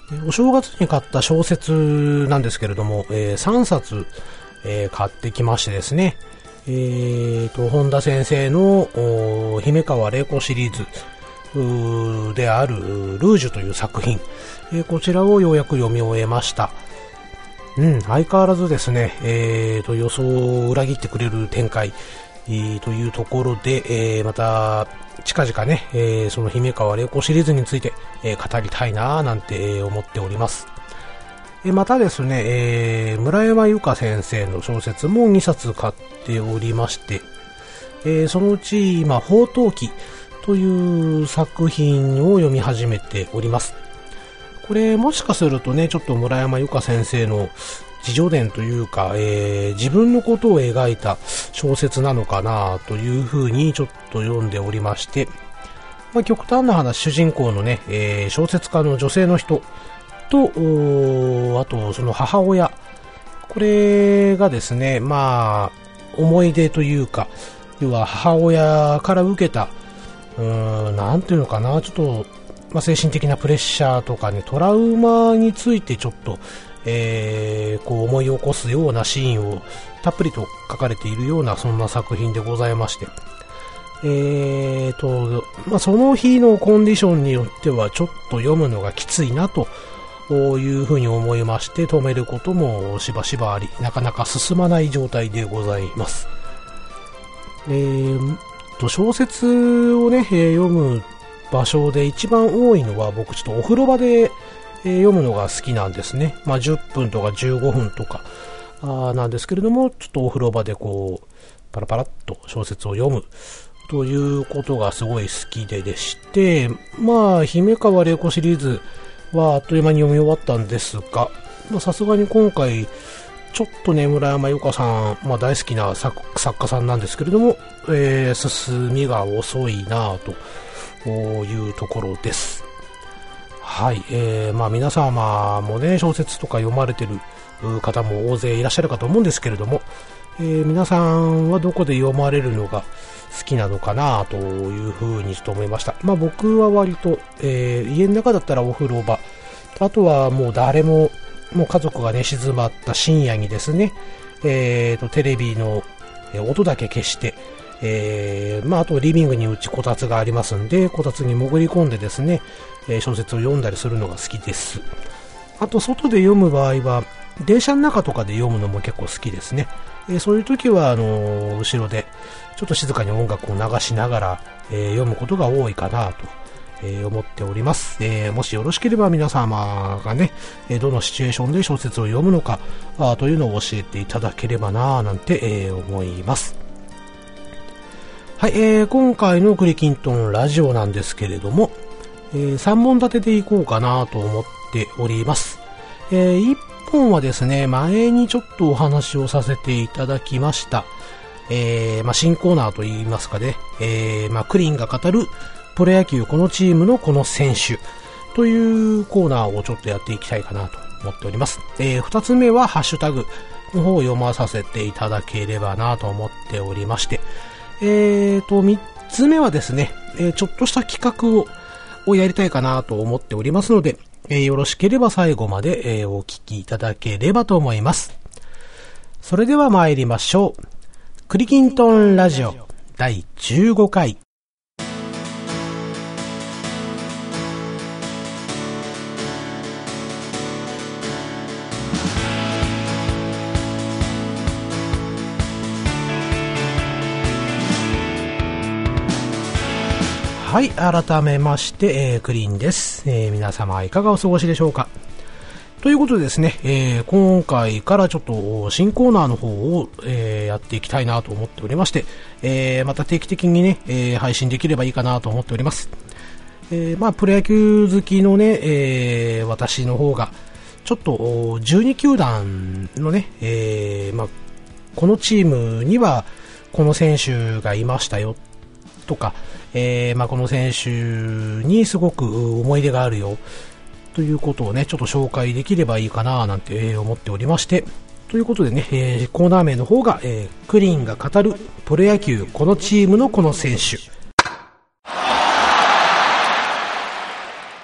お正月に買った小説なんですけれども、3冊、買ってきましてですね、本田先生の姫川玲子シリーズであるルージュという作品、こちらをようやく読み終えました。相変わらずですね、予想を裏切ってくれる展開、というところで、また近々ね、その姫川玲子シリーズについて、語りたいななんて、思っております。またですね、村山由佳先生の小説も2冊買っておりまして、そのうち今宝刀記という作品を読み始めております。これもしかするとね、ちょっと村山由佳先生の自叙伝というか、自分のことを描いた小説なのかなというふうにちょっと読んでおりまして、極端な話、主人公のね、小説家の女性の人と、あとその母親、これがですね、思い出というか、要は母親から受けたなんていうのかな、ちょっと、精神的なプレッシャーとかね、トラウマについてちょっと、こう思い起こすようなシーンをたっぷりと書かれているような、そんな作品でございまして、その日のコンディションによってはちょっと読むのがきついなというふうに思いまして、止めることもしばしばあり、なかなか進まない状態でございます。小説をね、読む場所で一番多いのは、僕ちょっとお風呂場で読むのが好きなんですね。10分とか15分とかなんですけれども、ちょっとお風呂場でこうパラパラっと小説を読むということがすごい好きでして、姫川玲子シリーズはあっという間に読み終わったんですが、さすがに今回ちょっとね、村山由佳さん、大好きな作家さんなんですけれども、進みが遅いなというところです。はい、皆様もね、小説とか読まれてる方も大勢いらっしゃるかと思うんですけれども、皆さんはどこで読まれるのが好きなのかなというふうにちょっと思いました。僕は割と、家の中だったらお風呂場、あとはもう誰も、もう家族がね、静まった深夜にですね、テレビの音だけ消して、あとリビングにうちこたつがありますんで、こたつに潜り込んでですね、小説を読んだりするのが好きです。あと外で読む場合は電車の中とかで読むのも結構好きですね。そういう時は後ろでちょっと静かに音楽を流しながら、読むことが多いかなと、思っております。もしよろしければ皆様がね、どのシチュエーションで小説を読むのかというのを教えていただければななんて、思います。はい、今回のクリキントンラジオなんですけれども、3本立てでいこうかなと思っております。1本はですね、前にちょっとお話をさせていただきました。新コーナーといいますかね、クリンが語るプロ野球このチームのこの選手というコーナーをちょっとやっていきたいかなと思っております。2つ目はハッシュタグの方を読まさせていただければなと思っておりまして、3つ目はですね、ちょっとした企画をやりたいかなと思っておりますので、よろしければ最後まで、お聞きいただければと思います。それでは参りましょう。クリキントンラジオ第15回。はい、改めまして、クリーンです。皆様いかがお過ごしでしょうか。ということでですね、今回からちょっと新コーナーの方を、やっていきたいなと思っておりまして、また定期的にね、配信できればいいかなと思っております。プロ野球好きのね、私の方がちょっと12球団のね、このチームにはこの選手がいましたよとか、この選手にすごく思い出があるよということをね、ちょっと紹介できればいいかななんて思っておりまして、ということでね、コーナー名の方が、クリーンが語るプロ野球このチームのこの選手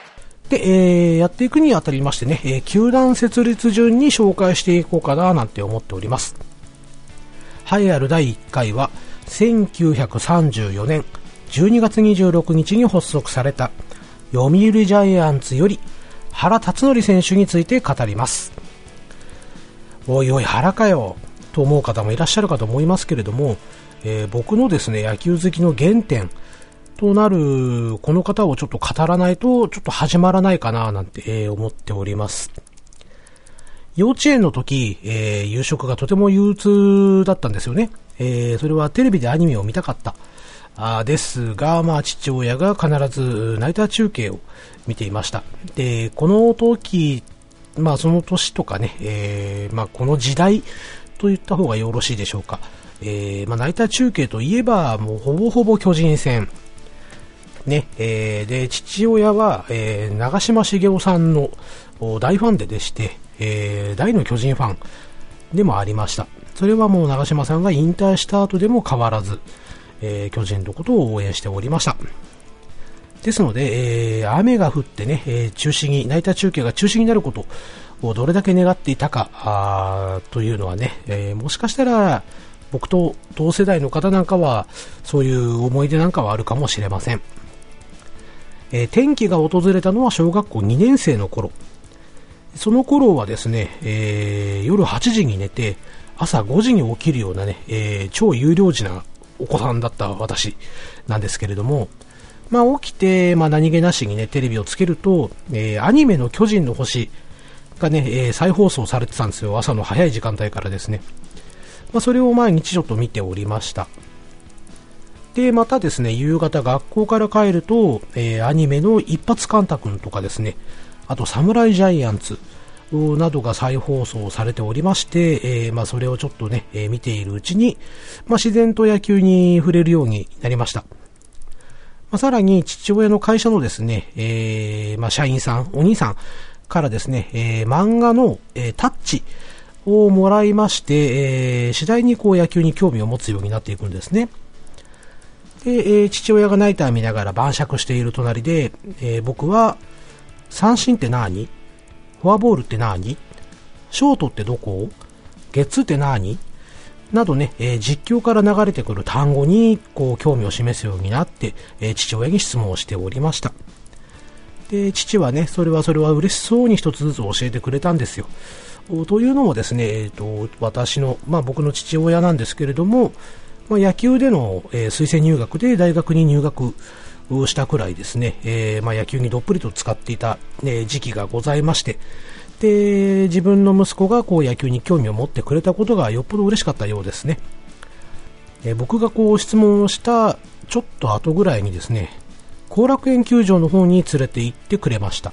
で、やっていくにあたりましてね、球団設立順に紹介していこうかななんて思っております。栄えある第1回は、1934年12月26日に発足された読売ジャイアンツより原辰徳選手について語ります。おいおい原かよと思う方もいらっしゃるかと思いますけれども、僕のですね野球好きの原点となるこの方をちょっと語らないとちょっと始まらないかななんて、思っております。幼稚園の時、夕食がとても憂鬱だったんですよね。それはテレビでアニメを見たかったですが、父親が必ずナイター中継を見ていました。で、この時、その年とかね、この時代と言った方がよろしいでしょうか。ナイター中継といえば、もうほぼほぼ巨人戦。ね、で、父親は、長嶋茂雄さんの大ファンでして、大の巨人ファンでもありました。それはもう長嶋さんが引退した後でも変わらず、巨人のことを応援しておりました。ですので、雨が降ってね、ナイター中継が中止になることをどれだけ願っていたかというのはね、もしかしたら僕と同世代の方なんかはそういう思い出なんかはあるかもしれません。転機が訪れたのは小学校2年生の頃。その頃はですね、夜8時に寝て朝5時に起きるようなね、超有料児なお子さんだった私なんですけれども、起きて、何気なしにね、テレビをつけると、アニメの巨人の星がね、再放送されてたんですよ。朝の早い時間帯からですね。それを毎日ちょっと見ておりました。で、またですね、夕方学校から帰ると、アニメの一発カンタ君とかですね、あとサムライジャイアンツなどが再放送されておりまして、それをちょっとね、見ているうちに、自然と野球に触れるようになりました。さらに父親の会社のですね、社員さん、お兄さんからですね、漫画の、タッチをもらいまして、次第にこう野球に興味を持つようになっていくんですね。で、父親がナイター見ながら晩酌している隣で、僕は三振って何？フォアボールって何？ショートってどこ？ゲッツーって何？などね、実況から流れてくる単語にこう興味を示すようになって、父親に質問をしておりました。で、父はね、それは嬉しそうに一つずつ教えてくれたんですよ。というのもですね、私の、僕の父親なんですけれども、野球での、推薦入学で大学に入学したくらいですね、野球にどっぷりと使っていた、時期がございまして、で、自分の息子がこう野球に興味を持ってくれたことがよっぽど嬉しかったようですね。僕がこう質問をしたちょっと後ぐらいにですね、後楽園球場の方に連れて行ってくれました。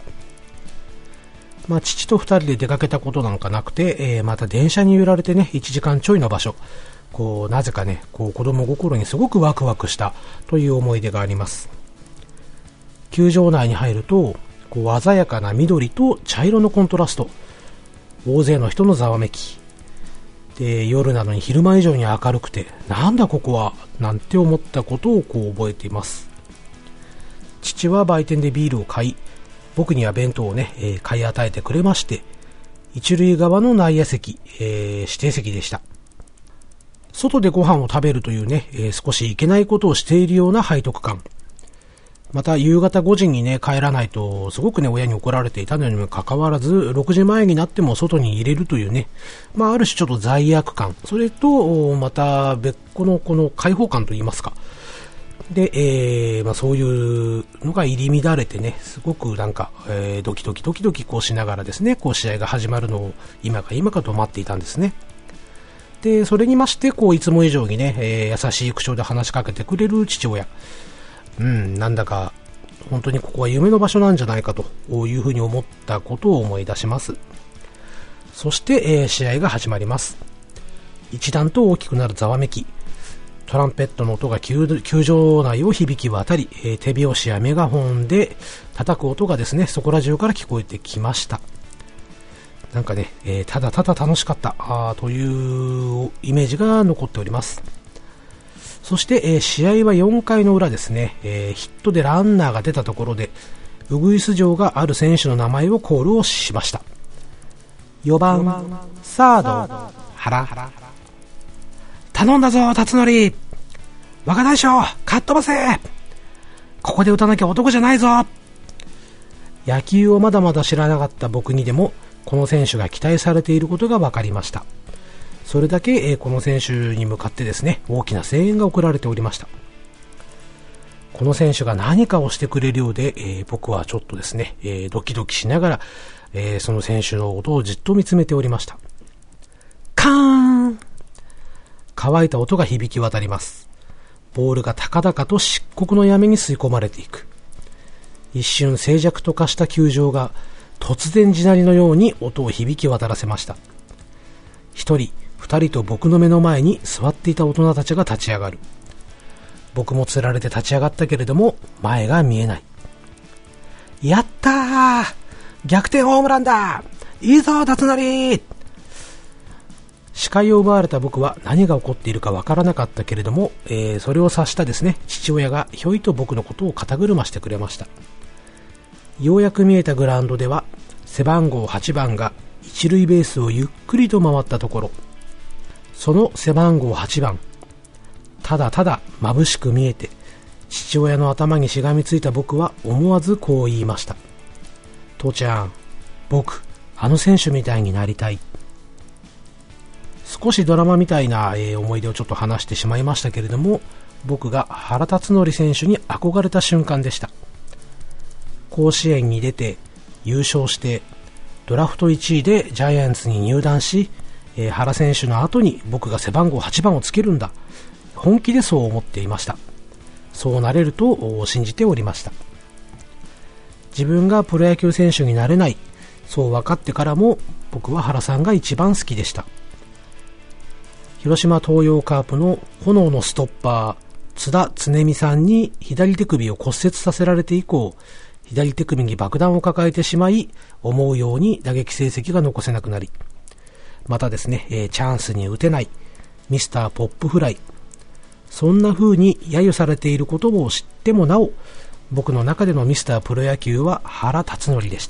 父と二人で出かけたことなんかなくて、また電車に揺られてね、1時間ちょいの場所、こうなぜかね、こう子供心にすごくワクワクしたという思い出があります。球場内に入ると、こう鮮やかな緑と茶色のコントラスト、大勢の人のざわめきで、夜なのに昼間以上に明るくて、なんだここはなんて思ったことをこう覚えています。父は売店でビールを買い、僕には弁当をね、買い与えてくれまして、一塁側の内野席、指定席でした。外でご飯を食べるというね、少しいけないことをしているような背徳感。また夕方5時にね帰らないとすごくね親に怒られていたのにもかかわらず6時前になっても外に入れるというね、ある種ちょっと罪悪感、それとまた別個のこの解放感といいますかで、そういうのが入り乱れてね、すごくなんか、ドキドキこうしながらですね、こう試合が始まるのを今かと待っていたんですね。でそれにましてこういつも以上にね、優しい口調で話しかけてくれる父親、なんだか本当にここは夢の場所なんじゃないかというふうに思ったことを思い出します。そして、試合が始まります。一段と大きくなるざわめき、トランペットの音が球場内を響き渡り、手拍子やメガホンで叩く音がですね、そこら中から聞こえてきました。なんかね、ただただ楽しかったというイメージが残っております。そして、試合は4回の裏ですね、ヒットでランナーが出たところで、 ウグイス嬢がある選手の名前をコールをしました。4番サード原。頼んだぞ辰徳、若大将かっ飛ばせ、ここで打たなきゃ男じゃないぞ。野球をまだまだ知らなかった僕にでもこの選手が期待されていることが分かりました。それだけ、この選手に向かってですね、大きな声援が送られておりました。この選手が何かをしてくれるようで、僕はちょっとですね、ドキドキしながら、その選手の音をじっと見つめておりました。カーン、乾いた音が響き渡ります。ボールが高々と漆黒の闇に吸い込まれていく。一瞬静寂と化した球場が突然地鳴りのように音を響き渡らせました。一人二人と僕の目の前に座っていた大人たちが立ち上がる。僕もつられて立ち上がったけれども前が見えない。やったー、逆転ホームランだ、いいぞ辰徳。視界を奪われた僕は何が起こっているかわからなかったけれども、それを察したですね、父親がひょいと僕のことを肩車してくれました。ようやく見えたグラウンドでは背番号8番が一塁ベースをゆっくりと回ったところ、その背番号8番、ただただ眩しく見えて父親の頭にしがみついた僕は思わずこう言いました。父ちゃん、僕あの選手みたいになりたい。少しドラマみたいな、思い出をちょっと話してしまいましたけれども、僕が原辰徳選手に憧れた瞬間でした。甲子園に出て優勝してドラフト1位でジャイアンツに入団し、原選手の後に僕が背番号8番をつけるんだ、本気でそう思っていました。そうなれると信じておりました。自分がプロ野球選手になれない、そう分かってからも僕は原さんが一番好きでした。広島東洋カープの炎のストッパー津田常美さんに左手首を骨折させられて以降、左手首に爆弾を抱えてしまい、思うように打撃成績が残せなくなり、またですね、チャンスに打てない、ミスターポップフライ、そんな風に揶揄されていることを知ってもなお、僕の中でのミスタープロ野球は原辰徳でした。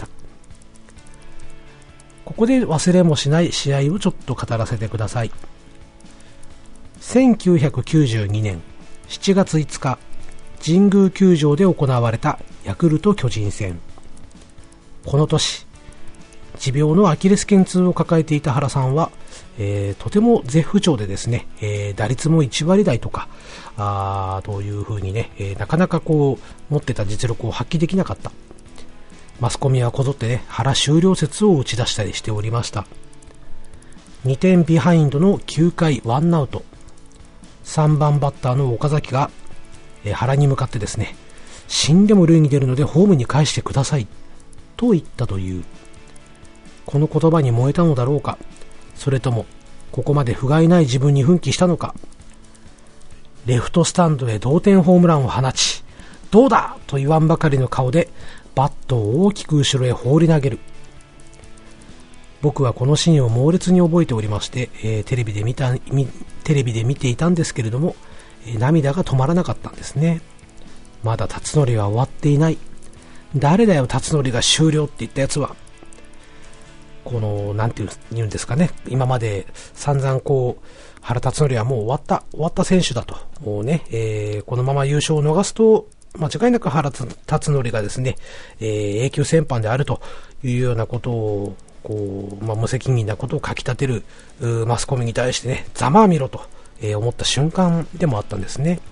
ここで忘れもしない試合をちょっと語らせてください。1992年7月5日、神宮球場で行われたヤクルト巨人戦。この年、持病のアキレス腱痛を抱えていた原さんは、とても絶不調でですね、打率も1割台とかという風にね、なかなかこう持ってた実力を発揮できなかった。マスコミはこぞってね、原終了説を打ち出したりしておりました。2点ビハインドの9回ワンアウト、3番バッターの岡崎が、原に向かってですね、死んでも塁に出るのでホームに返してくださいと言ったという。この言葉に燃えたのだろうか、それともここまで不甲斐ない自分に奮起したのか。レフトスタンドへ同点ホームランを放ち、どうだと言わんばかりの顔でバットを大きく後ろへ放り投げる。僕はこのシーンを猛烈に覚えておりまして、テレビで見ていたんですけれども、涙が止まらなかったんですね。まだ辰徳は終わっていない。誰だよ辰徳が終了って言ったやつは。このなんて言うんですかね、今まで散々こう原辰徳はもう終わった選手だと、もうね、このまま優勝を逃すと間違いなく原辰徳がですね、永久戦犯であるというようなことをこう、無責任なことを書き立てるマスコミに対してね、ざまあみろと、思った瞬間でもあったんですね。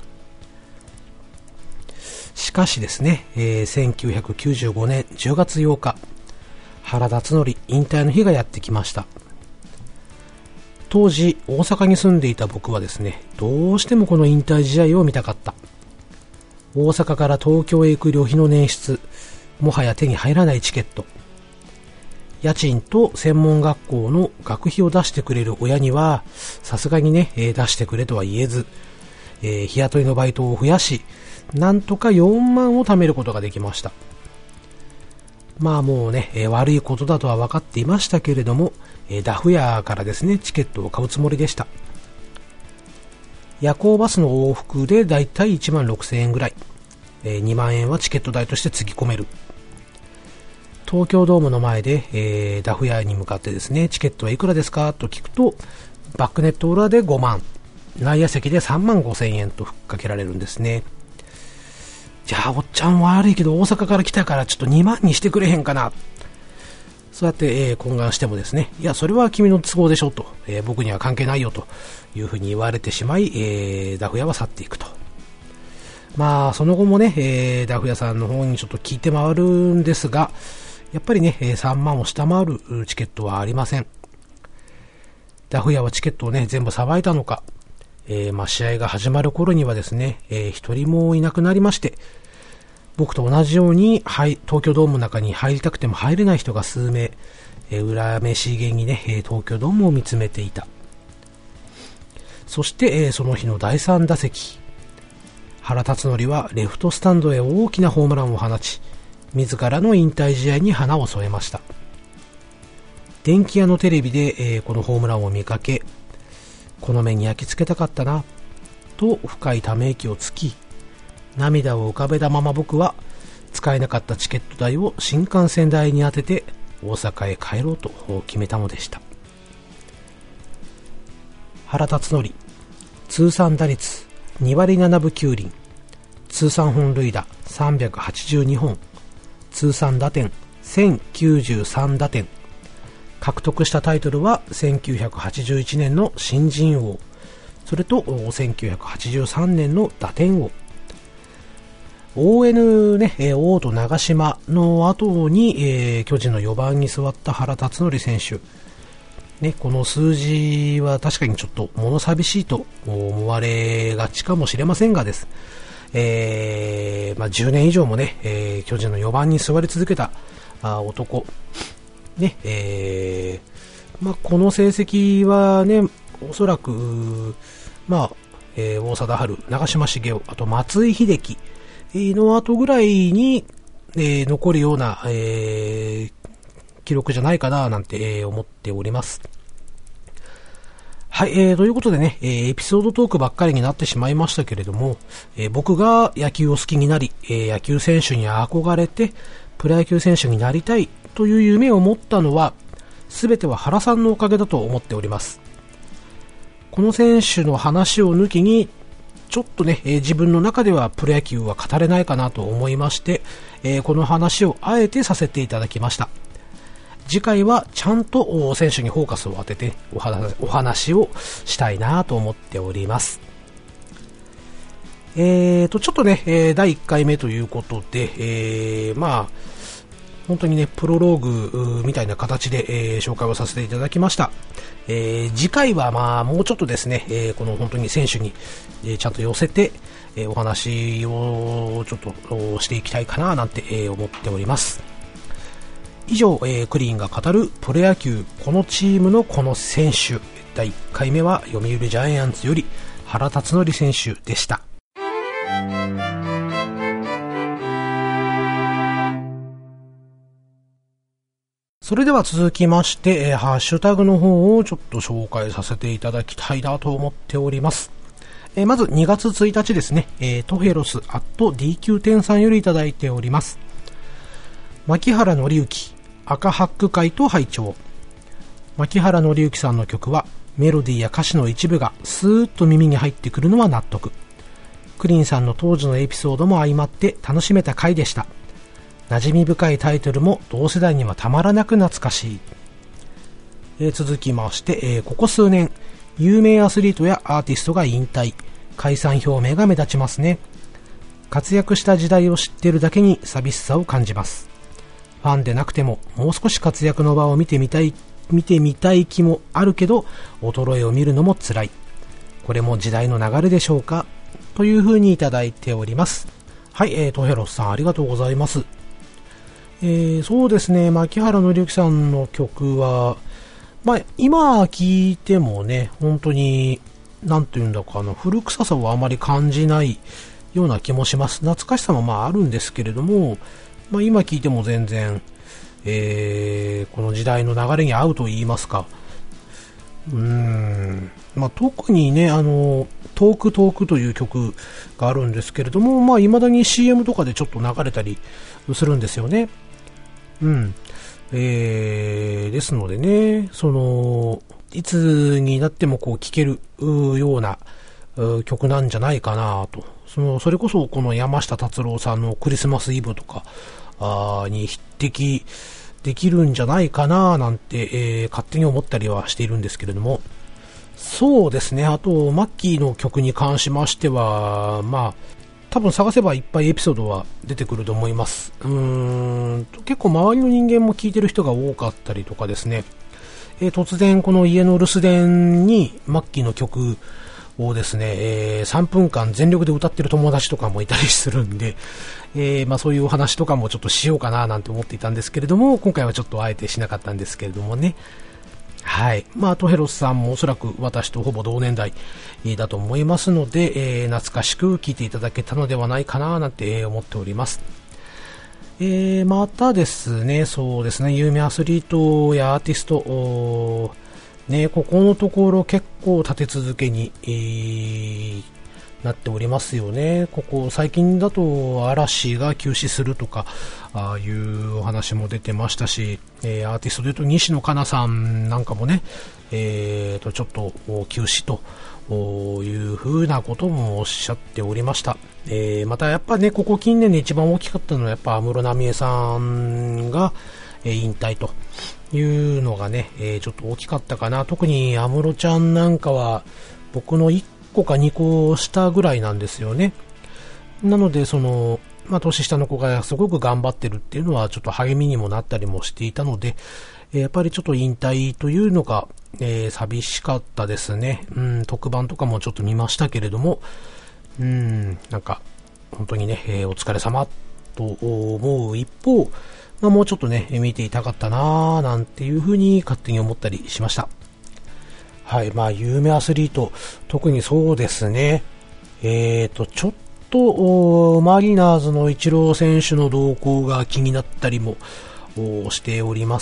しかしですね、1995年10月8日、原辰徳引退の日がやってきました。当時大阪に住んでいた僕はですね、どうしてもこの引退試合を見たかった。大阪から東京へ行く旅費の捻出、もはや手に入らないチケット、家賃と専門学校の学費を出してくれる親にはさすがにね、出してくれとは言えず、日雇いのバイトを増やし、なんとか4万を貯めることができました。まあもうね、悪いことだとは分かっていましたけれども、ダフ屋からですねチケットを買うつもりでした。夜行バスの往復でだいたい1万6000円ぐらい、2万円はチケット代としてつぎ込める。 東京ドームの前で、ダフ屋に向かってですね、チケットはいくらですかと聞くと、バックネット裏で5万、内野席で3万5千円とふっかけられるんですね。じゃあおっちゃん悪いけど大阪から来たからちょっと2万にしてくれへんかな。そうやって、懇願してもですね、いやそれは君の都合でしょと、僕には関係ないよというふうに言われてしまい、ダフ屋は去っていくと。まあその後もね、ダフ屋さんの方にちょっと聞いて回るんですが、やっぱりね、3万を下回るチケットはありません。ダフ屋はチケットをね、全部さばいたのか、試合が始まる頃にはですね、一人もいなくなりまして、僕と同じように、東京ドームの中に入りたくても入れない人が数名、恨めしげにね、東京ドームを見つめていた。そして、その日の第3打席、原辰徳はレフトスタンドへ大きなホームランを放ち、自らの引退試合に花を添えました。電気屋のテレビで、このホームランを見かけ、この目に焼き付けたかったなと深いため息をつき、涙を浮かべたまま僕は使えなかったチケット代を新幹線代に当てて大阪へ帰ろうと決めたのでした。原辰徳、通算打率2割7分9厘、通算本塁打382本、通算打点1093打点、獲得したタイトルは1981年の新人王、それと1983年の打点王。ON ね、王と長島の後に、巨人の4番に座った原辰徳選手。ね、この数字は確かにちょっと物寂しいと思われがちかもしれませんがです。10年以上もね、巨人の4番に座り続けた男。ね、この成績はね、おそらく、王貞治、長嶋茂雄、あと松井秀喜の後ぐらいに、残るような、記録じゃないかななんて、思っております。はい、ということでね、エピソードトークばっかりになってしまいましたけれども、僕が野球を好きになり、野球選手に憧れて、プロ野球選手になりたいという夢を持ったのは、すべては原さんのおかげだと思っております。この選手の話を抜きに、ちょっとね、自分の中ではプロ野球は語れないかなと思いまして、この話をあえてさせていただきました。次回はちゃんと選手にフォーカスを当ててお話をしたいなと思っております。ちょっとね、第1回目ということで、本当にね、プロローグみたいな形で、紹介をさせていただきました。次回はもうちょっとですね、この本当に選手に、ちゃんと寄せて、お話をちょっとしていきたいかななんて、思っております。以上、クリーンが語るプロ野球このチームのこの選手第1回目は読売ジャイアンツより原辰徳選手でした。それでは続きまして、ハッシュタグの方をちょっと紹介させていただきたいなと思っております。まず2月1日ですね、トヘロス@DQ10 さんよりいただいております。牧原紀之赤ハック会と拝聴。牧原紀之さんの曲はメロディーや歌詞の一部がスーッと耳に入ってくるのは納得。クリンさんの当時のエピソードも相まって楽しめた回でした。馴染み深いタイトルも同世代にはたまらなく懐かしい。続きまして、ここ数年有名アスリートやアーティストが引退解散表明が目立ちますね。活躍した時代を知っているだけに寂しさを感じます。ファンでなくてももう少し活躍の場を見てみたい気もあるけど、衰えを見るのも辛い。これも時代の流れでしょうか、というふうにいただいております。はい、トヘロスさんありがとうございます。そうですね、牧原紀之さんの曲は、今聴いてもね、本当になんていうんだか古臭さはあまり感じないような気もします。懐かしさもあるんですけれども、今聞いても全然、この時代の流れに合うと言いますか、特にね、トークという曲があるんですけれども、未だに CM とかでちょっと流れたりするんですよね。 ですのでね、いつになってもこう聴けるような曲なんじゃないかなと。それこそこの山下達郎さんのクリスマスイブとかに匹敵できるんじゃないかななんて、勝手に思ったりはしているんですけれども。そうですね。あと、マッキーの曲に関しましては、多分探せばいっぱいエピソードは出てくると思います。結構周りの人間も聴いてる人が多かったりとかですね。突然この家の留守電にマッキーの曲をですね、3分間全力で歌ってる友達とかもいたりするんで、そういうお話とかもちょっとしようかななんて思っていたんですけれども、今回はちょっとあえてしなかったんですけれどもね。はい。トヘロスさんもおそらく私とほぼ同年代だと思いますので、懐かしく聴いていただけたのではないかななんて思っております。またですね、そうですね、有名アスリートやアーティスト、ね、ここのところ結構立て続けに、なっておりますよね。ここ最近だと嵐が休止するとかいうお話も出てましたし、アーティストでいうと西野カナさんなんかもね、ちょっと休止というふうなこともおっしゃっておりました。またやっぱね、ここ近年で一番大きかったのはやっぱ安室奈美恵さんが引退というのがね、ちょっと大きかったかな。特に安室ちゃんなんかは僕の1個か2個下ぐらいなんですよね。なので年下の子がすごく頑張ってるっていうのはちょっと励みにもなったりもしていたので、やっぱりちょっと引退というのが、寂しかったですね。特番とかもちょっと見ましたけれども、なんか本当にね、お疲れ様と思う一方、もうちょっとね見ていたかったなーなんていうふうに勝手に思ったりしました。はい、有名アスリート、特にそうですね。ちょっとマリナーズのイチロー選手の動向が気になったりもしております。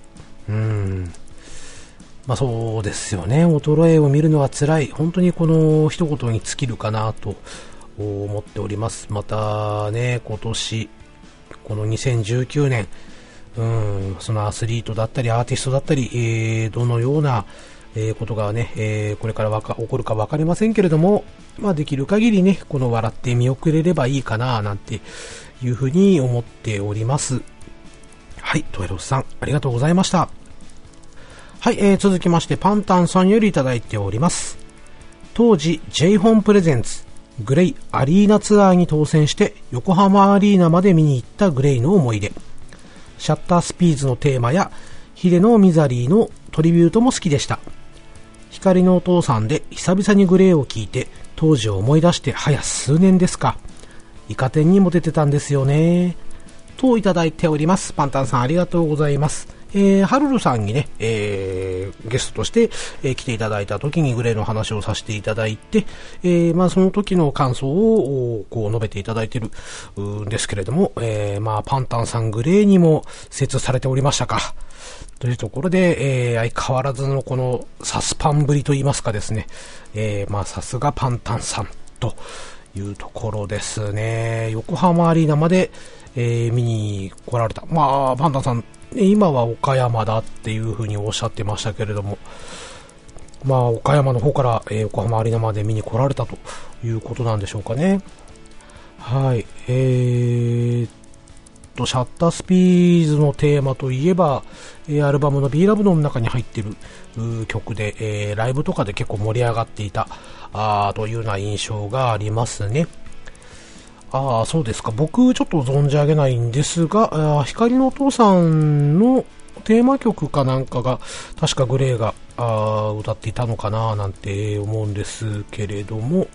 そうですよね。衰えを見るのは辛い。本当にこの一言に尽きるかなと思っております。またね、今年、この2019年、そのアスリートだったりアーティストだったり、どのようなことがね、これから起こるか分かりませんけれども、できる限りね、この笑って見送れればいいかななんていうふうに思っております。はい、トエロスさんありがとうございました。はい、続きましてパンタンさんよりいただいております。当時 J ホンプレゼンツグレイアリーナツアーに当選して横浜アリーナまで見に行ったグレイの思い出、シャッタースピーズのテーマやヒデのミザリーのトリビュートも好きでした。光のお父さんで久々にグレイを聴いて当時を思い出して早数年ですか。イカ天にも出てたんですよねといただいております。パンタンさんありがとうございます。ハルルさんにね、ゲストとして、来ていただいた時にグレイの話をさせていただいて、その時の感想をこう述べていただいているんですけれども、パンタンさんグレイにも精通されておりましたかというところで、相変わらずのこのサスパンぶりといいますかですね、さすがパンタンさんというところですね。横浜アリーナまで、見に来られた。パンタンさん今は岡山だっていう風におっしゃってましたけれども、岡山の方から、横浜アリーナまで見に来られたということなんでしょうかね。はい。シャッタースピーズのテーマといえば、アルバムの B ラブの中に入っている曲で、ライブとかで結構盛り上がっていたというような印象がありますね。そうですか。僕ちょっと存じ上げないんですが、光のお父さんのテーマ曲かなんかが確かグレイが歌っていたのかななんて思うんですけれども、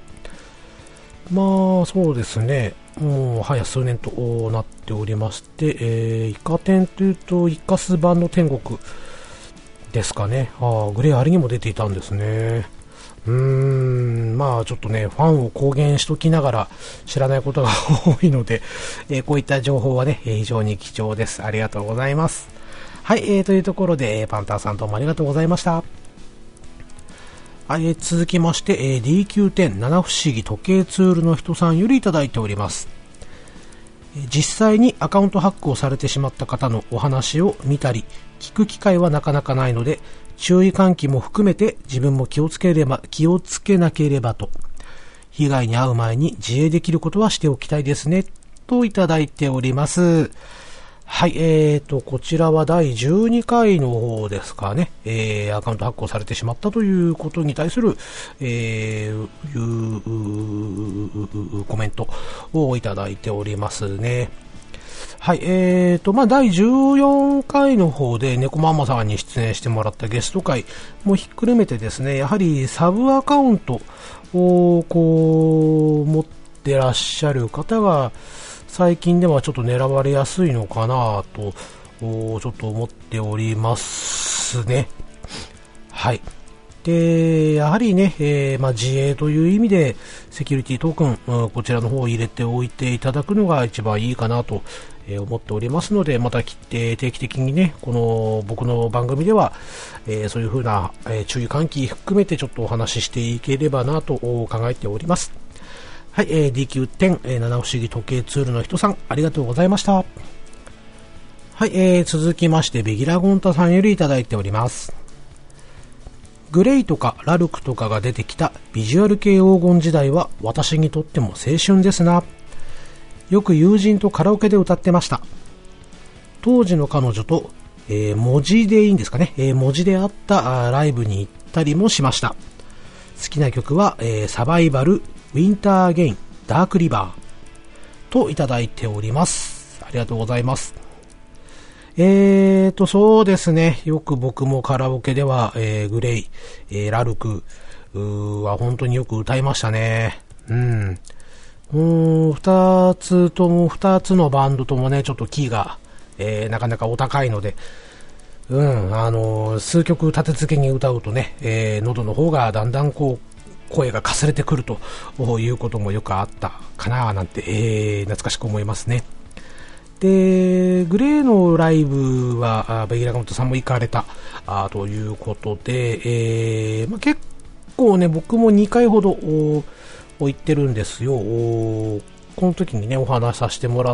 そうですね、もう早数年となっておりまして、イカ天というとイカス版の天国ですかね。グレイあれにも出ていたんですね。ちょっとね、ファンを公言しときながら知らないことが多いので、こういった情報はね、非常に貴重です。ありがとうございます。はい、というところで、パンタンさんどうもありがとうございました。はい、続きまして、DQ10 七不思議時計ツールの人さんよりいただいております。 実際にアカウントハックをされてしまった方のお話を見たり聞く機会はなかなかないので、注意喚起も含めて自分も気をつけなければと、被害に遭う前に自衛できることはしておきたいですねといただいております。はい、こちらは第12回の方ですかね。アカウントハックをされてしまったということに対する、コメントをいただいておりますね。はい、第14回の方で猫ママさんに出演してもらったゲスト会もひっくるめてですね、やはりサブアカウントを持ってらっしゃる方が最近ではちょっと狙われやすいのかなとちょっと思っておりますね。はい。で、やはりね、自衛という意味でセキュリティトークン、こちらの方を入れておいていただくのが一番いいかなと思っておりますので、また定期的にね、この僕の番組では、そういう風な、注意喚起含めてちょっとお話ししていければなと考えております。はい、DQ10、七不思議時計ツールの人さん、ありがとうございました。はい、続きましてベギラゴンタさんよりいただいております。グレイとかラルクとかが出てきたビジュアル系黄金時代は私にとっても青春ですな。よく友人とカラオケで歌ってました。当時の彼女と、文字でいいんですかね、文字であったライブに行ったりもしました。好きな曲は、サバイバル、ウィンターゲイン、ダークリバーといただいております。ありがとうございます。そうですね。よく僕もカラオケでは、グレイ、ラルクは本当によく歌いましたね。二つのバンドともね、ちょっとキーが、なかなかお高いので、数曲立て続けに歌うとね、喉の方がだんだんこう、声がかすれてくるということもよくあったかななんて、懐かしく思いますね。で、グレーのライブはベギラガントさんも行かれたということで、結構ね、僕も2回ほど行ってるんですよ。この時にね、お話しさせてもらった、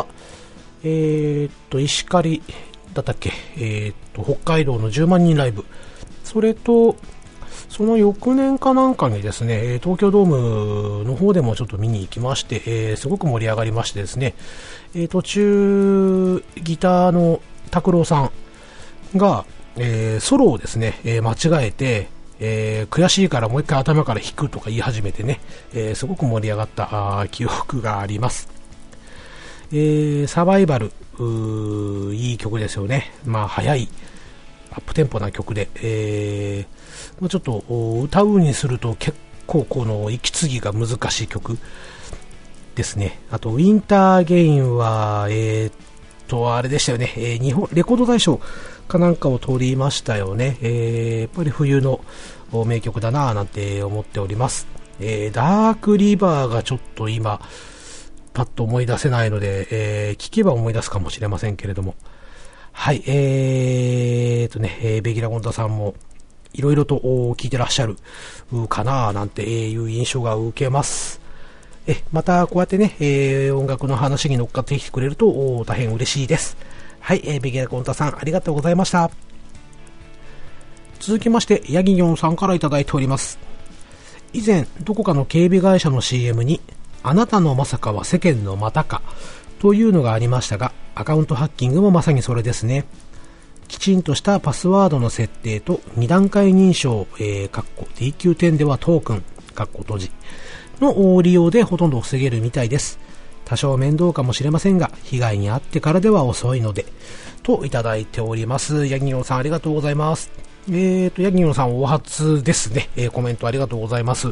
石狩だったっけ、北海道の10万人ライブ、それとその翌年かなんかにですね、東京ドームの方でもちょっと見に行きまして、すごく盛り上がりましてですね、途中ギターの拓郎さんが、ソロをですね、間違えて、悔しいからもう一回頭から弾くとか言い始めてね、すごく盛り上がった記憶があります。サバイバル、いい曲ですよね。速いアップテンポな曲で、ちょっと歌うにすると結構この息継ぎが難しい曲ですね。あとウィンターゲインはあれでしたよね、日本レコード大賞かなんかを取りましたよね。やっぱり冬の名曲だなぁなんて思っております。ダークリバーがちょっと今パッと思い出せないので、聞けば思い出すかもしれませんけれども、はい、ベギラゴンタさんもいろいろと聞いてらっしゃるかななんていう印象が受けます。またこうやってね、音楽の話に乗っかってきてくれると大変嬉しいです。はい、ベギラゴンタさんありがとうございました。続きましてヤギニョンさんからいただいております。以前どこかの警備会社の CM にあなたのまさかは世間のまたかというのがありましたが、アカウントハッキングもまさにそれですね。きちんとしたパスワードの設定と2段階認証、DQ10 ではトークン、閉じの利用でほとんど防げるみたいです。多少面倒かもしれませんが、被害に遭ってからでは遅いので、といただいております。ヤギニョンさんありがとうございます。ヤギニョンさんお初ですね。コメントありがとうございます。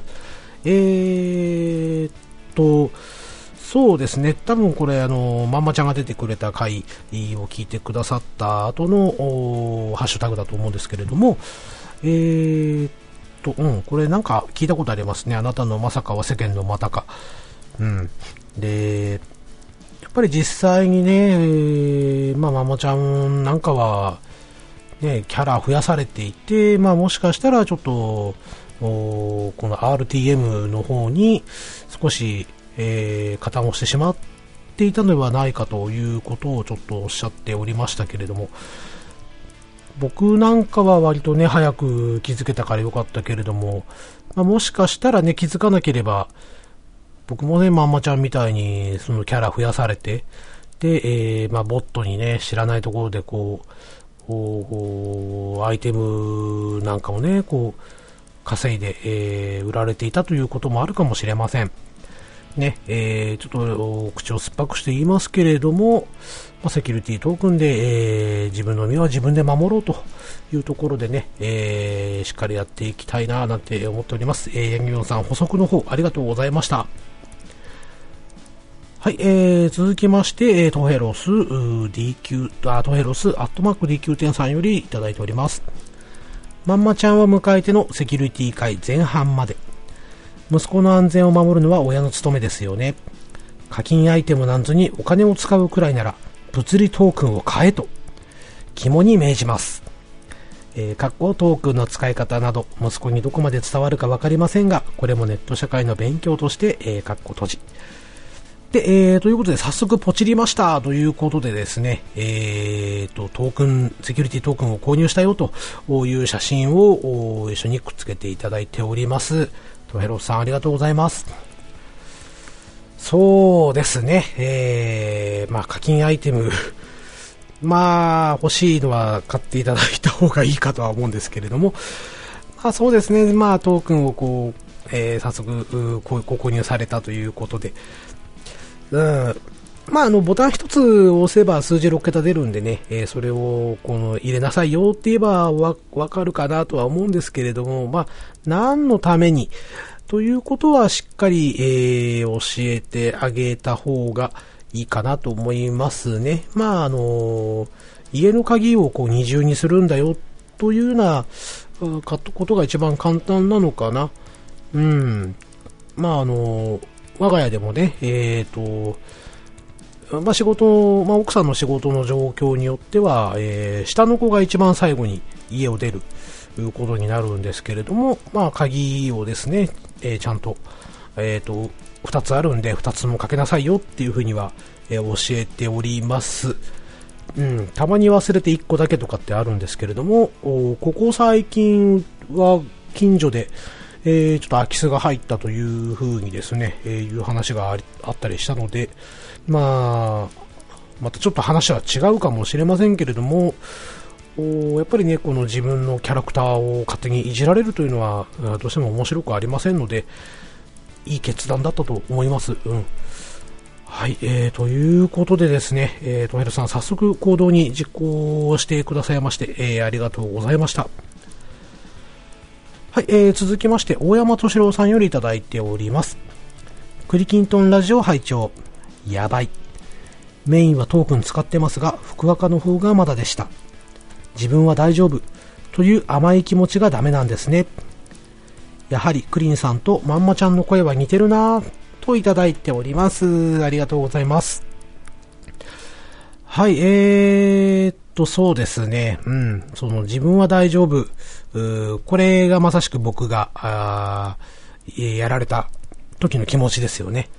そうですね、多分これまんまちゃんが出てくれた回を聞いてくださった後のハッシュタグだと思うんですけれども、これなんか聞いたことありますね。あなたのまさかは世間のまたか。で、やっぱり実際にね、まんまちゃんなんかはね、キャラ増やされていて、もしかしたらちょっとこの RTM の方に少し加担をしてしまっっていたのではないかということをちょっとおっしゃっておりましたけれども、僕なんかは割とね、早く気づけたからよかったけれども、もしかしたらね、気づかなければ、僕もね、まんまちゃんみたいに、そのキャラ増やされて、で、ボットにね、知らないところでこう、アイテムなんかをね、稼いで、売られていたということもあるかもしれません。ね、ちょっと口を酸っぱくして言いますけれども、セキュリティトークンで、自分の身は自分で守ろうというところでね、しっかりやっていきたいななんて思っております。ヤギヨンさん補足の方ありがとうございました。はい、続きまして、トヘロス DQ、トヘロスアットマーク DQ10 さんよりいただいております。まんまちゃんを迎えてのセキュリティ会前半まで。息子の安全を守るのは親の務めですよね。課金アイテムなんぞにお金を使うくらいなら、物理トークンを買えと、肝に銘じます。トークンの使い方など、息子にどこまで伝わるかわかりませんが、これもネット社会の勉強として、閉じ。で、ということで早速ポチりましたということでですね、トークン、セキュリティトークンを購入したよという写真を一緒にくっつけていただいております。トヘロスさんありがとうございます。そうですね、課金アイテム、欲しいのは買っていただいた方がいいかとは思うんですけれども、そうですね、トークンを早速ご購入されたということで、ボタン一つ押せば数字6桁出るんでね、それを入れなさいよって言えばわかるかなとは思うんですけれども、何のためにということはしっかり、教えてあげた方がいいかなと思いますね。家の鍵を二重にするんだよというようなことが一番簡単なのかな。我が家でもね、仕事、奥さんの仕事の状況によっては、下の子が一番最後に家を出ることになるんですけれども、鍵をですね、ちゃんと、2つあるんで、2つもかけなさいよっていうふうには、教えております。たまに忘れて1個だけとかってあるんですけれども、ここ最近は近所で、ちょっと空き巣が入ったというふうにですね、いう話があったりしたので、またちょっと話は違うかもしれませんけれども、やっぱりね、この自分のキャラクターを勝手にいじられるというのは、どうしても面白くありませんので、いい決断だったと思います。はい、ということでですね、トヘルさん早速行動に実行してくださいまして、ありがとうございました。はい、続きまして大山敏郎さんよりいただいております。クリキントンラジオ拝聴。やばい。メインはトークン使ってますが、福赤の方がまだでした。自分は大丈夫という甘い気持ちがダメなんですね。やはりクリンさんとまんまちゃんの声は似てるなぁといただいております。ありがとうございます。はい、そうですね。その自分は大丈夫。これがまさしく僕が、やられた時の気持ちですよね。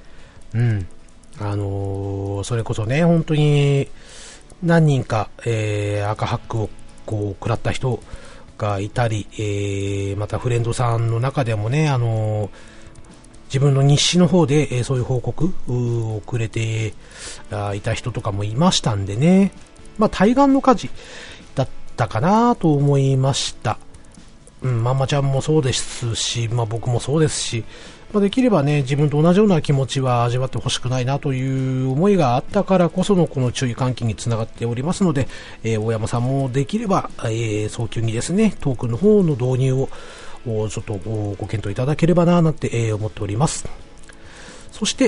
それこそね、本当に何人か、赤ハックを食らった人がいたり、またフレンドさんの中でもね、自分の日誌の方で、そういう報告をくれていた人とかもいましたんでね、対岸の火事だったかなと思いました。まんまちゃんもそうですし、僕もそうですし、できればね、自分と同じような気持ちは味わってほしくないなという思いがあったからこそのこの注意喚起につながっておりますので、大山さんもできれば、早急にですね、トークンの方の導入をちょっとご検討いただければななんて、思っております。そして、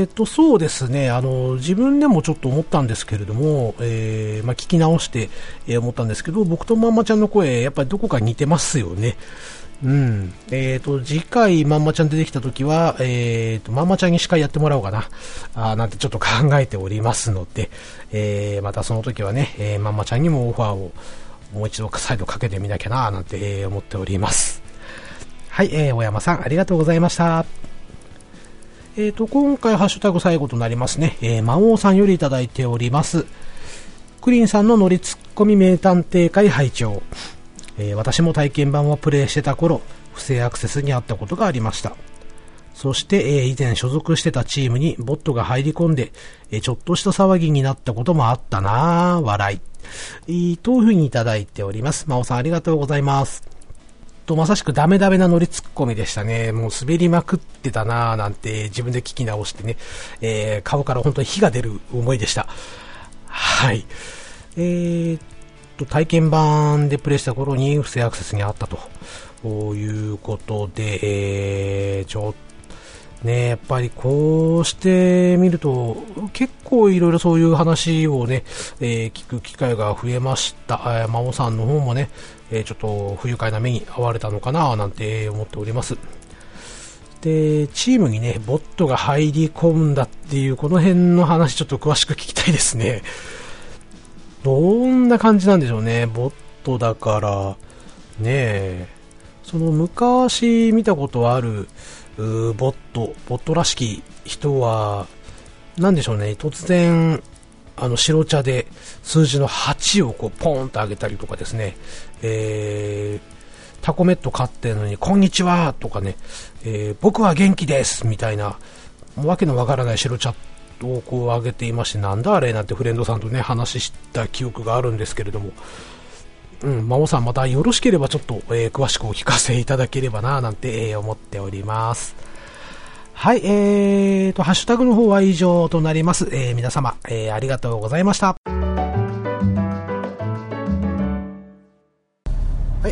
そうですね、自分でもちょっと思ったんですけれども、聞き直して、思ったんですけど、僕とまんまちゃんの声、やっぱりどこか似てますよね。次回まんまちゃん出てきたときは、まんまちゃんに司会やってもらおうかな、なんてちょっと考えておりますので、またその時はね、まんまちゃんにもオファーをもう一度再度かけてみなきゃな、なんて、思っております。はい、大山さんありがとうございました。 今回ハッシュタグ最後となりますね。魔王さんよりいただいております。クリンさんの乗りツッコミ名探偵会拝聴。私も体験版をプレイしてた頃、不正アクセスにあったことがありました。そして、以前所属してたチームにボットが入り込んで、ちょっとした騒ぎになったこともあったなぁ、笑い。というふうにいただいております。魔王さんありがとうございます。まさしくダメダメな乗りツッコミでしたね。もう滑りまくってたなぁなんて自分で聞き直してね、顔から本当に火が出る思いでした。はい。体験版でプレイした頃に不正アクセスにあったということで、ちょっとね、やっぱりこうしてみると結構いろいろそういう話をね、聞く機会が増えました。魔王さんの方もね、ちょっと不愉快な目に遭われたのかななんて思っております。で、チームにね、ボットが入り込んだっていうこの辺の話ちょっと詳しく聞きたいですね。どんな感じなんでしょうね。ボットだからね、その昔見たことあるボットらしき人はなんでしょうね、突然白茶で数字の8をこうポーンと上げたりとかですね、タコメット飼ってるのにこんにちはとかね、僕は元気ですみたいなわけのわからない白茶をこう上げていまして、なんだあれなんてフレンドさんとね話した記憶があるんですけれども、魔王さんまたよろしければちょっと、詳しくお聞かせいただければななんて、思っております。はい、ハッシュタグの方は以上となります。皆様、ありがとうございました。はい、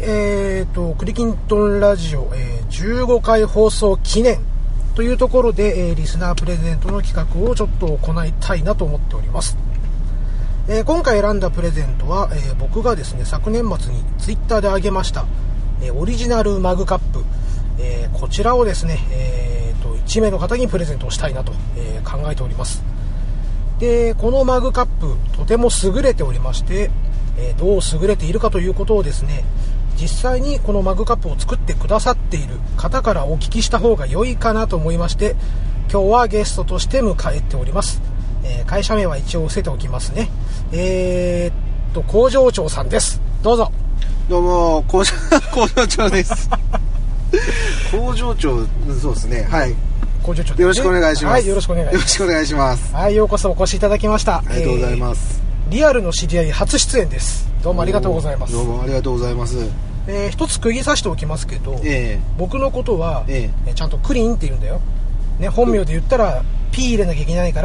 クリキントンラジオ、15回放送記念というところで、リスナープレゼントの企画をちょっと行いたいなと思っております。今回選んだプレゼントは、僕がですね昨年末にツイッターで上げました、オリジナルマグカップ、こちらをですね、1名の方にプレゼントをしたいなと、考えております。で、このマグカップとても優れておりまして、どう優れているかということをですね、実際にこのマグカップを作ってくださっている方からお聞きした方が良いかなと思いまして、今日はゲストとして迎えております。会社名は一応伏せておきますね。工場長さんです。どうぞ。 どうも工場長です工場長、そうですね、はい、 工場長ですね。 よろしくお願いします。はい、 よろしくお願いします。はい、ようこそお越しいただきました。 ありがとうございます。 リアルの知り合い初出演です。どうもありがとうございます。 どうもありがとうございます。 一つ釘刺しておきますけど、僕のことは、ちゃんとクリンって言うんだよ、ね、本名で言ったら P 入れなきゃいけないから、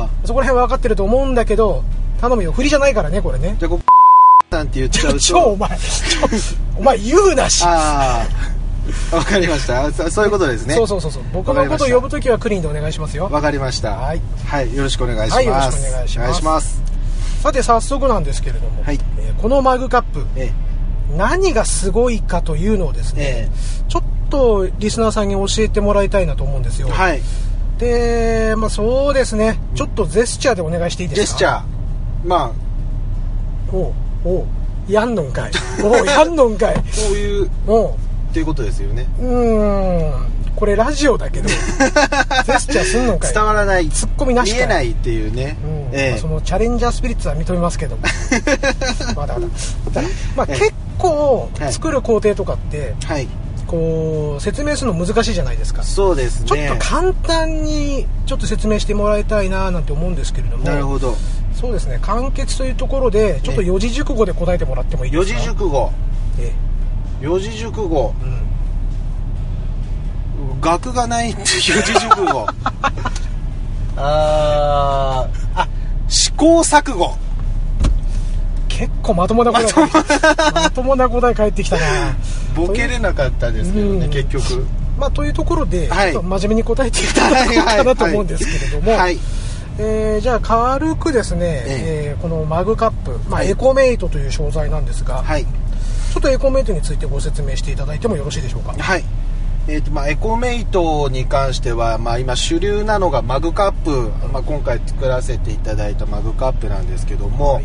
そこら辺は分かってると思うんだけど、頼むよ、振りじゃないからねこれね。 じゃあこうさんって言っちゃうとお前言うなし。 わかりました。そういうことですね。 そう僕のことを呼ぶときはクリンでお願いしますよ。 わかりました。はい、よろしくお願いします。 はい、よろしくお願いします。さて早速なんですけれども、このマグカップ、何がすごいかというのをですね、ちょっとリスナーさんに教えてもらいたいなと思うんですよ。はい。で、そうですね、ちょっとジェスチャーでお願いしていいですか。 ジェスチャー、 やんのんかいやんのんかいこういうっていうことですよね。 これラジオだけどジェスチャーすんのかい。 伝わらない、 ツッコミなしかい、 見えないっていうね。 そのチャレンジャースピリッツは認めますけど結構作る工程とかって、こう説明するの難しいじゃないですか。 そうですね。 ちょっと簡単にちょっと説明してもらいたいななんて思うんですけれども。 なるほど。そうですね、簡潔というところでちょっと四字熟語で答えてもらってもいいですか。 四字熟語、四字熟語、学がないって四字熟語試行錯誤。 結構まともな答え返ってきたな。 ボケれなかったですけどね、結局。 というところで、ちょっと真面目に答えていただこうかなと思うんですけれども、じゃあ軽くですね、このマグカップ、エコメイトという商材なんですが、ちょっとエコメイトについてご説明していただいてもよろしいでしょうか。 はい。エコメイトに関しては、今主流なのがマグカップ、今回作らせていただいたマグカップなんですけども、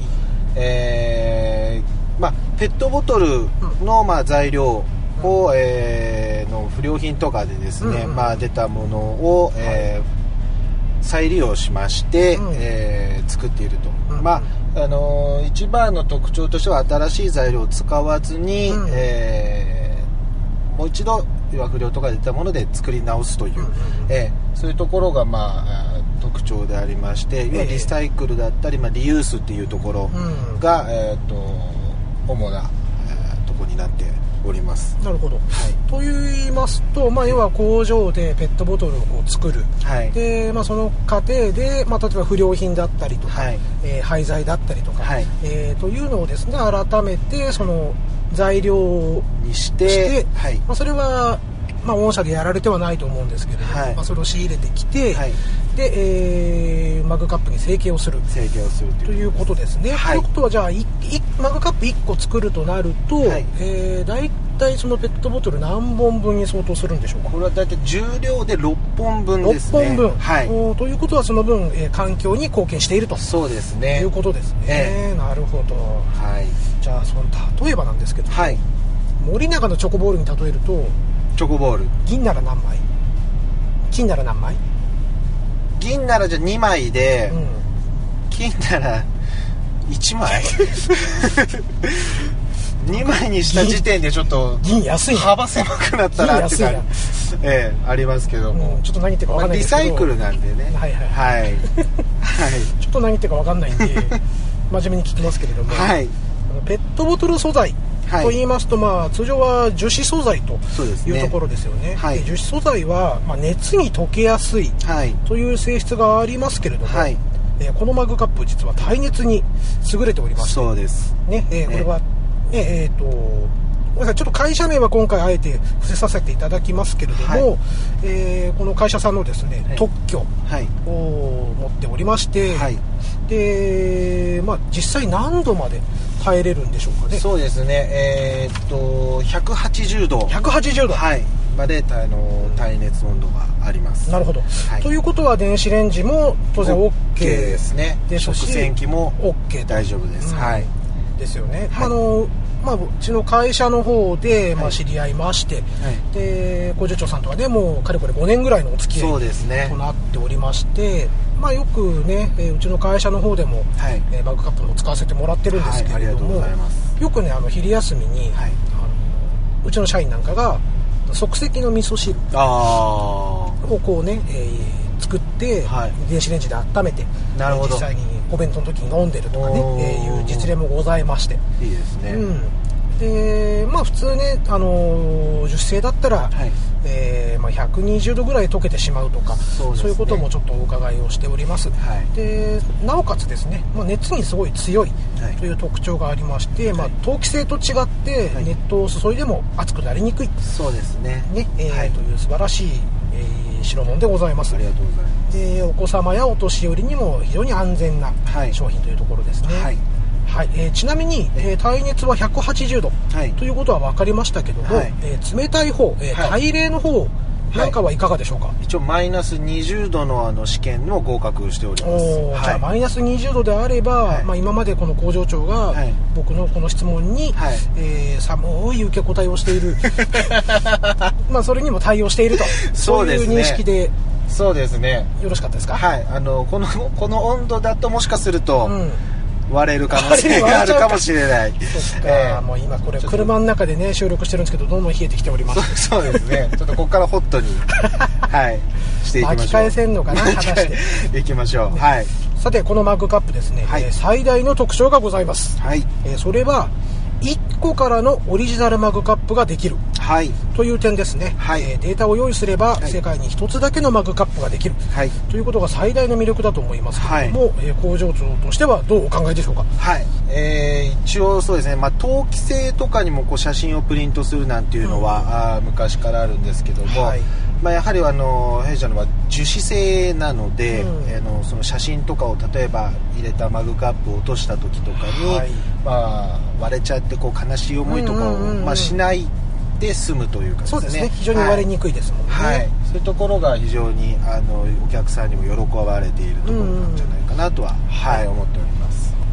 ペットボトルの材料を、の不良品とかでですね、出たものを、再利用しまして、作っていると、一番の特徴としては新しい材料を使わずに、もう一度不良とかで出たもので作り直すという、そういうところが特徴でありまして、リサイクルだったり、リユースっていうところが、主なところになっております。 なるほど、と言いますと、要は工場でペットボトルを作る、でその過程で、例えば不良品だったりとか、廃材だったりとか、というのをですね、改めてその材料にして、それは、御社でやられてはないと思うんですけれども、それを仕入れてきて、で、マグカップに成形をするということですね。ということは、じゃあマグカップ1個作るとなると、大体そのペットボトル何本分に相当するんでしょうか。 これは大体重量で6本分ですね。 6本分、ということはその分、環境に貢献していると、 そうですね、 いうことですね。なるほど。じゃあその例えばなんですけど、森永のチョコボールに例えると、 チョコボール、 銀なら何枚、金なら何枚。 銀ならじゃあ2枚で、金なら1枚2枚にした時点でちょっと銀安い幅狭くなったなっていうか、ありますけども、 ちょっと何言ってるか分かんないですけど、 リサイクルなんでね、 ちょっと何言ってるか分かんないんで真面目に聞きますけれども、ペットボトル素材と言いますと、通常は樹脂素材というところですよね。樹脂素材は、熱に溶けやすいという性質がありますけれども、このマグカップ実は耐熱に優れておりまして、 そうですね、 これは、ごめんなさい、ちょっと会社名は今回あえて伏せさせていただきますけれども、この会社さんのですね、特許を持っておりまして、で、実際何度まで耐えれるんでしょうかね。 そうですね、180度まで耐熱温度があります。 なるほど、ということは電子レンジも当然 OK ですね。 食洗機も OK 大丈夫です。 ですよね。うちの会社の方で、知り合いまして、で工場長さんとはね、もうかれこれ5年ぐらいのお付き合いとなっておりまして、よくね、うちの会社の方でも、マグカップも使わせてもらってるんですけれども、よくね、昼休みに、うちの社員なんかが即席の味噌汁をこうね、作って、電子レンジで温めて、実際にお弁当の時に飲んでるとかね、いう実例もございまして、 いいですね。 で、普通ね、樹脂製だったら、120度ぐらい溶けてしまうとか、そういうこともちょっとお伺いをしております。で、なおかつですね、熱にすごい強いという特徴がありまして、陶器製と違って熱湯を注いでも熱くなりにくい、 そうですね、 という素晴らしい代物でございます。 ありがとうございます。 で、お子様やお年寄りにも非常に安全な商品というところですね。ちなみに、耐熱は180度、ということは分かりましたけども、冷たい方、耐冷の方なんかはいかがでしょうか。 一応マイナス20度の試験の合格しております。 じゃあマイナス20度であれば、今までこの工場長が僕のこの質問に、寒い受け答えをしているそれにも対応していると、そういう認識で、 そうですね、 よろしかったですか。 この温度だともしかすると、割れる可能性があるかもしれない。 もう今これ車の中でね収録してるんですけど、どんどん冷えてきております。 そうですね、ちょっとここからホットにしていきましょう。 巻き返せんのかな、果たしていきましょう。 さて、このマグカップですね、最大の特徴がございます。それは1個からのオリジナルマグカップができる、という点ですね。データを用意すれば、世界に1つだけのマグカップができる、ということが最大の魅力だと思いますけれども、工場長としてはどうお考えでしょうか。 一応そうですね、陶器製とかにも写真をプリントするなんていうのは、昔からあるんですけども、やはり弊社のは樹脂製なので、その写真とかを例えば入れたマグカップを落とした時とかに、割れちゃって悲しい思いとかを、しないで済むというかですね。 そうですね、非常に割れにくいですもんね。 そういうところが非常にお客さんにも喜ばれているところなんじゃないかなとは、思っております。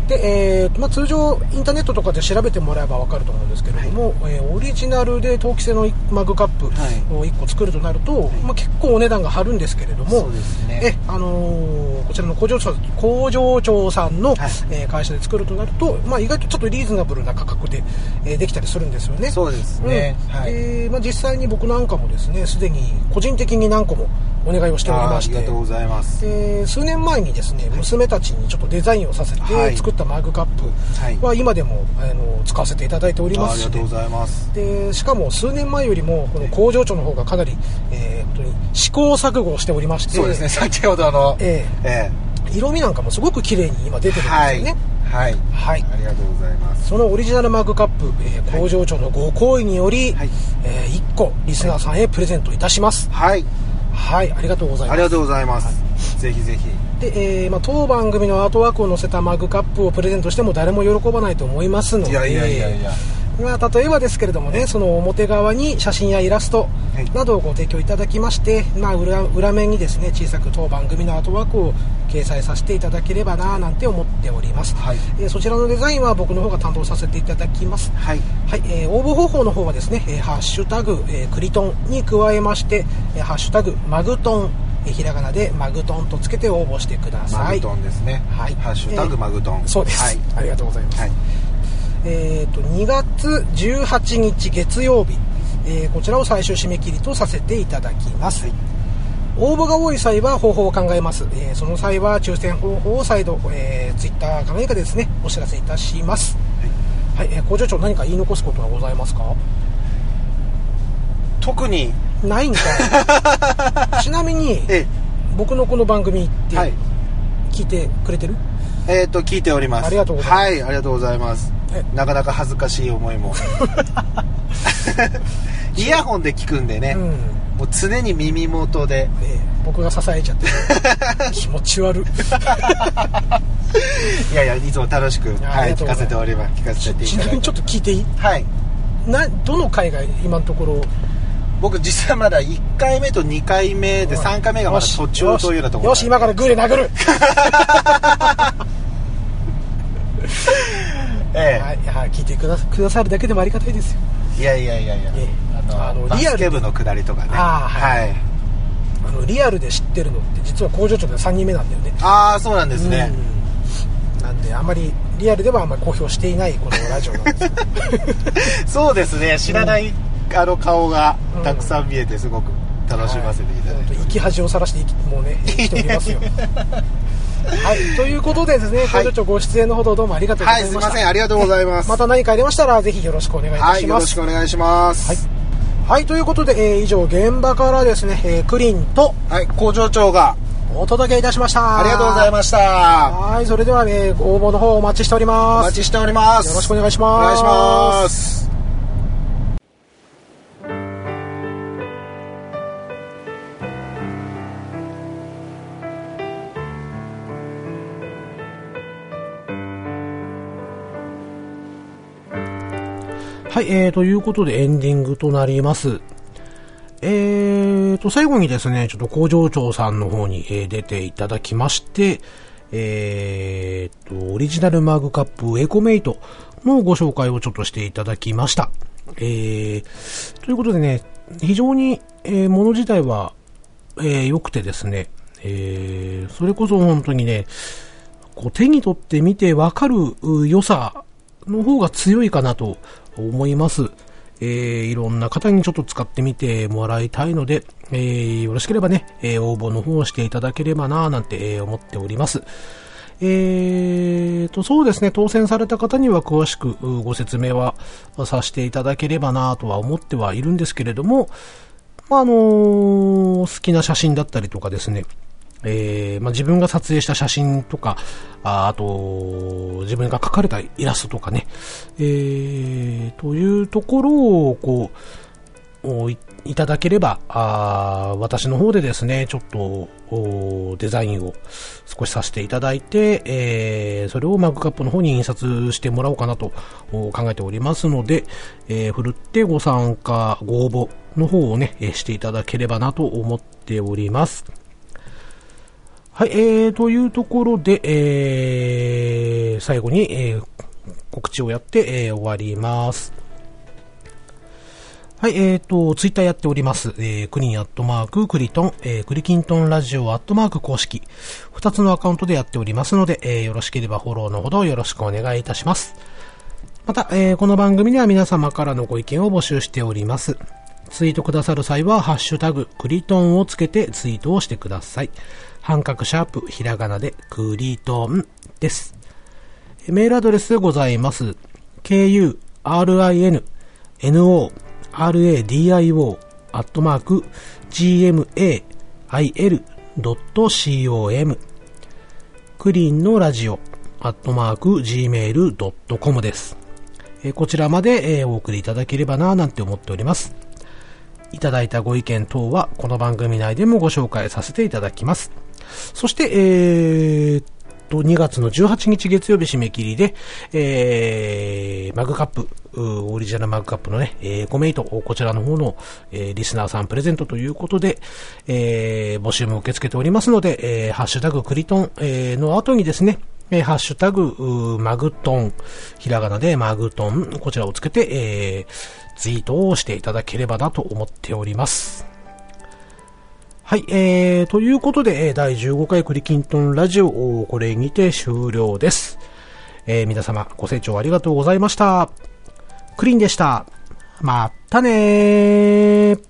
で、通常インターネットとかで調べてもらえば分かると思うんですけれども、オリジナルで陶器製のマグカップを1個作るとなると、結構お値段が張るんですけれども、 そうですね、 こちらの工場長さんの、会社で作るとなると、意外とちょっとリーズナブルな価格で、できたりするんですよね。 そうですね、 実際に僕なんかもですね、すでに個人的に何個もお願いをしておりまして、 ありがとうございます。 数年前にですね、娘たちにちょっとデザインをさせて作ったマグカップは今でも使わせていただいておりますし、 ありがとうございます。 でしかも数年前よりもこの工場長の方がかなり、試行錯誤をしておりまして、 そうですね、先ほど色味なんかもすごく綺麗に今出てるんですよね。 はい、ありがとうございます。 そのオリジナルマグカップ、工場長のご厚意により、1個リスナーさんへプレゼントいたします。 はい、 ありがとうございます。 ありがとうございます。ぜひぜひ。 で、当番組のアートワークを載せたマグカップをプレゼントしても誰も喜ばないと思いますので、例えばですけれどもね、その表側に写真やイラストなどをご提供いただきまして、裏面にですね、小さく当番組のアートワークを掲載させていただければななんて思っております。そちらのデザインは僕の方が担当させていただきます。応募方法の方はですね、ハッシュタグ、クリトンに加えまして、ハッシュタグマグトン、ひらがなでマグトンとつけて応募してください。 マグトンですね。ハッシュタグマグトン。 そうです。ありがとうございます。2月18日月曜日、こちらを最終締め切りとさせていただきます。応募が多い際は方法を考えます。その際は抽選方法を再度、ツイッターか何かでですね、お知らせいたします。工場長、何か言い残すことはございますか？ 特にないんかい。ちなみに、僕のこの番組って聞いてくれてる？ 聞いております。 ありがとうございます。 ありがとうございます。なかなか恥ずかしい思いもイヤホンで聞くんでね、もう常に耳元で、 僕が支えちゃって気持ち悪いいつも楽しく、聞かせております。聞かせていただいて。 ちなみにちょっと聞いていい？どの回が今のところ？ 僕実はまだ1回目と2回目で3回目がまだ途中というようなところ。 よし、今からグーで殴る聞いてくださるだけでもありがたいですよ。 バスケ部の下りとかね。 リアルで知ってるのって実は工場長で3人目なんだよね。 そうなんですね。 なんであんまりリアルではあんまり公表していないこのラジオなんですそうですね、知らない顔がたくさん見えてすごく楽しませていただいて、 生き恥をさらしてもうね生きておりますよということでですね、工場長ご出演のほどどうもありがとうございました。 すいません、ありがとうございます。 また何かありましたらぜひよろしくお願いいたします。 よろしくお願いします。 ということで、以上現場からですね、クリンと工場長がお届けいたしました。 ありがとうございました。 それでは応募の方お待ちしております。 お待ちしております。 よろしくお願いします。 お願いします。 ということでエンディングとなります。最後にですね、ちょっと工場長さんの方に、出ていただきまして、オリジナルマグカップエコメイトのご紹介をちょっとしていただきました。ということでね、非常に、もの自体は、良くてですね、それこそ本当にね、こう手に取ってみてわかる良さの方が強いかなと思います。いろんな方にちょっと使ってみてもらいたいので、よろしければね、応募の方をしていただければなぁなんて、思っております。そうですね、当選された方には詳しくご説明はさせていただければなぁとは思ってはいるんですけれども、好きな写真だったりとかですね、自分が撮影した写真とか、あと、自分が描かれたイラストとかね、というところを、こう、いただければ、私の方でですね、ちょっと、デザインを少しさせていただいて、それをマグカップの方に印刷してもらおうかなと考えておりますので、ふるってご参加、ご応募の方をね、していただければなと思っております。 はい、というところで、最後に、告知をやって、終わります。はい、ツイッターやっております。クリンアットマーク、クリトン、クリキントンラジオアットマーク公式。2つのアカウントでやっておりますので、よろしければフォローのほどよろしくお願いいたします。また、この番組では皆様からのご意見を募集しております。ツイートくださる際は、ハッシュタグ、クリトンをつけてツイートをしてください。半角シャープ、ひらがなで、クリトンです。メールアドレスでございます。kurinno@gmail.com クリーンのラジオ@gmail.com です。こちらまでお送りいただければななんて思っております。いただいたご意見等はこの番組内でもご紹介させていただきます。そして、2月の18日月曜日締め切りで、マグカップ、オリジナルマグカップのね、5名とこちらの方の、リスナーさんプレゼントということで、募集も受け付けておりますので、ハッシュタグクリトン、の後にですね、ハッシュタグマグトン、ひらがなでマグトン、こちらをつけて、ツイートをしていただければなと思っております。はい、ということで、第15回クリキントンラジオ、これにて終了です。皆様ご清聴ありがとうございました。クリンでした。またねー。